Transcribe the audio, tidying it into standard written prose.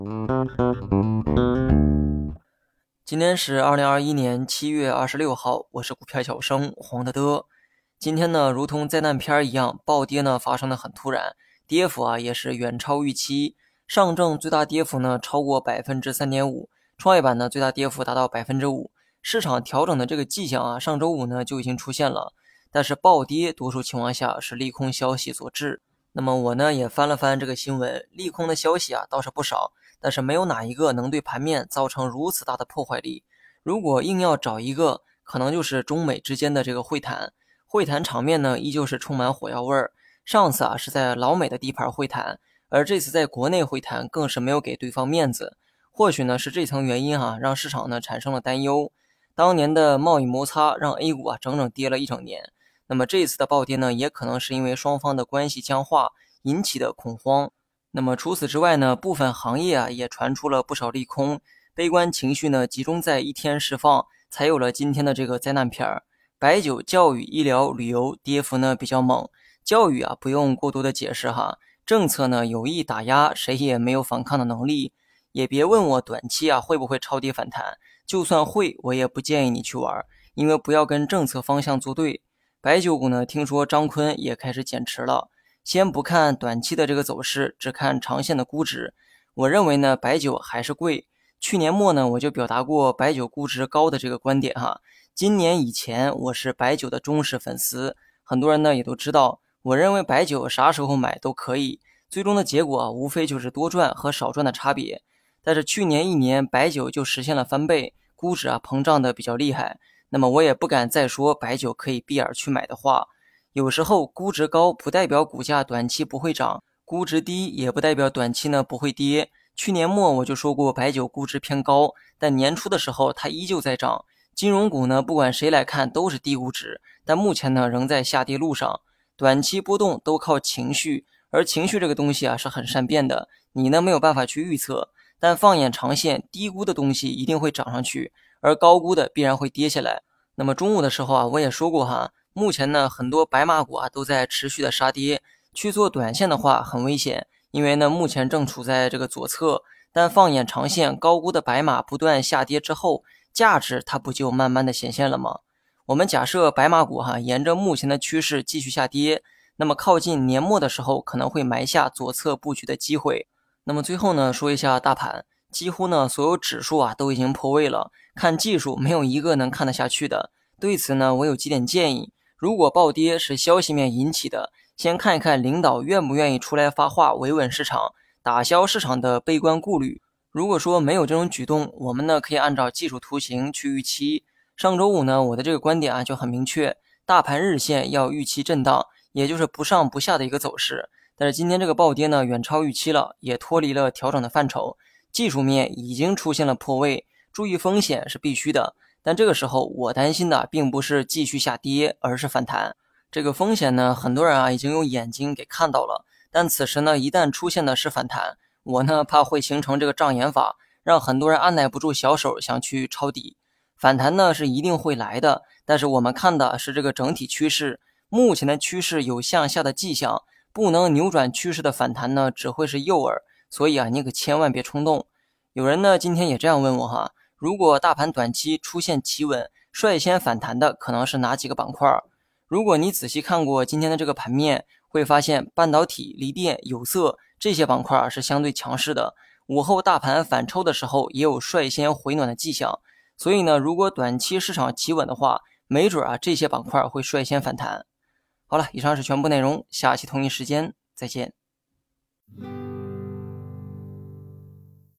今天是2021年7月26号，我是股票小生黄德德。今天呢，如同灾难片一样，暴跌呢发生的很突然，跌幅也是远超预期。上证最大跌幅呢超过3.5%，创业板呢最大跌幅达到5%。市场调整的这个迹象上周五呢就已经出现了，但是暴跌多数情况下是利空消息所致。那么我呢也翻了翻这个新闻，利空的消息倒是不少。但是没有哪一个能对盘面造成如此大的破坏力。如果硬要找一个，可能就是中美之间的这个会谈。会谈场面呢，依旧是充满火药味儿。上次是在老美的地盘会谈，而这次在国内会谈更是没有给对方面子。或许呢是这层原因让市场呢产生了担忧。当年的贸易摩擦让 A 股整整跌了一整年。那么这次的暴跌呢，也可能是因为双方的关系僵化引起的恐慌。那么除此之外呢，部分行业也传出了不少利空，悲观情绪呢集中在一天释放，才有了今天的这个灾难片儿。白酒、教育、医疗、旅游跌幅呢比较猛。教育不用过多的解释政策呢有意打压，谁也没有反抗的能力。也别问我短期会不会超跌反弹，就算会，我也不建议你去玩，因为不要跟政策方向作对。白酒股呢，听说张坤也开始减持了。先不看短期的这个走势，只看长线的估值。我认为呢，白酒还是贵。去年末呢，我就表达过白酒估值高的这个观点今年以前，我是白酒的忠实粉丝，很多人呢也都知道，我认为白酒啥时候买都可以，最终的结果无非就是多赚和少赚的差别。但是去年一年，白酒就实现了翻倍，估值膨胀的比较厉害。那么我也不敢再说白酒可以闭眼去买的话。有时候估值高不代表股价短期不会涨，估值低也不代表短期呢不会跌。去年末我就说过白酒估值偏高，但年初的时候它依旧在涨。金融股呢不管谁来看都是低估值，但目前呢仍在下跌路上。短期波动都靠情绪，而情绪这个东西是很善变的，你呢没有办法去预测。但放眼长线，低估的东西一定会涨上去，而高估的必然会跌下来。那么中午的时候我也说过目前呢，很多白马股都在持续的杀跌，去做短线的话很危险，因为呢目前正处在这个左侧。但放眼长线，高估的白马不断下跌之后，价值它不就慢慢的显现了吗？我们假设白马股沿着目前的趋势继续下跌，那么靠近年末的时候可能会埋下左侧布局的机会。那么最后呢，说一下大盘，几乎呢所有指数都已经破位了，看技术没有一个能看得下去的。对此呢，我有几点建议。如果暴跌是消息面引起的，先看一看领导愿不愿意出来发话维稳市场，打消市场的悲观顾虑。如果说没有这种举动，我们呢可以按照技术图形去预期。上周五呢，我的这个观点就很明确，大盘日线要预期震荡，也就是不上不下的一个走势。但是今天这个暴跌呢远超预期了，也脱离了调整的范畴，技术面已经出现了破位，注意风险是必须的。但这个时候我担心的并不是继续下跌，而是反弹。这个风险呢，很多人已经用眼睛给看到了，但此时呢，一旦出现的是反弹，我呢怕会形成这个障眼法，让很多人按耐不住小手想去抄底。反弹呢是一定会来的，但是我们看的是这个整体趋势，目前的趋势有向下的迹象，不能扭转趋势的反弹呢只会是诱饵，所以你可千万别冲动。有人呢今天也这样问我如果大盘短期出现企稳，率先反弹的可能是哪几个板块？如果你仔细看过今天的这个盘面，会发现半导体、锂电、有色这些板块是相对强势的。午后大盘反抽的时候，也有率先回暖的迹象。所以呢，如果短期市场企稳的话，没准这些板块会率先反弹。好了，以上是全部内容，下期同一时间再见。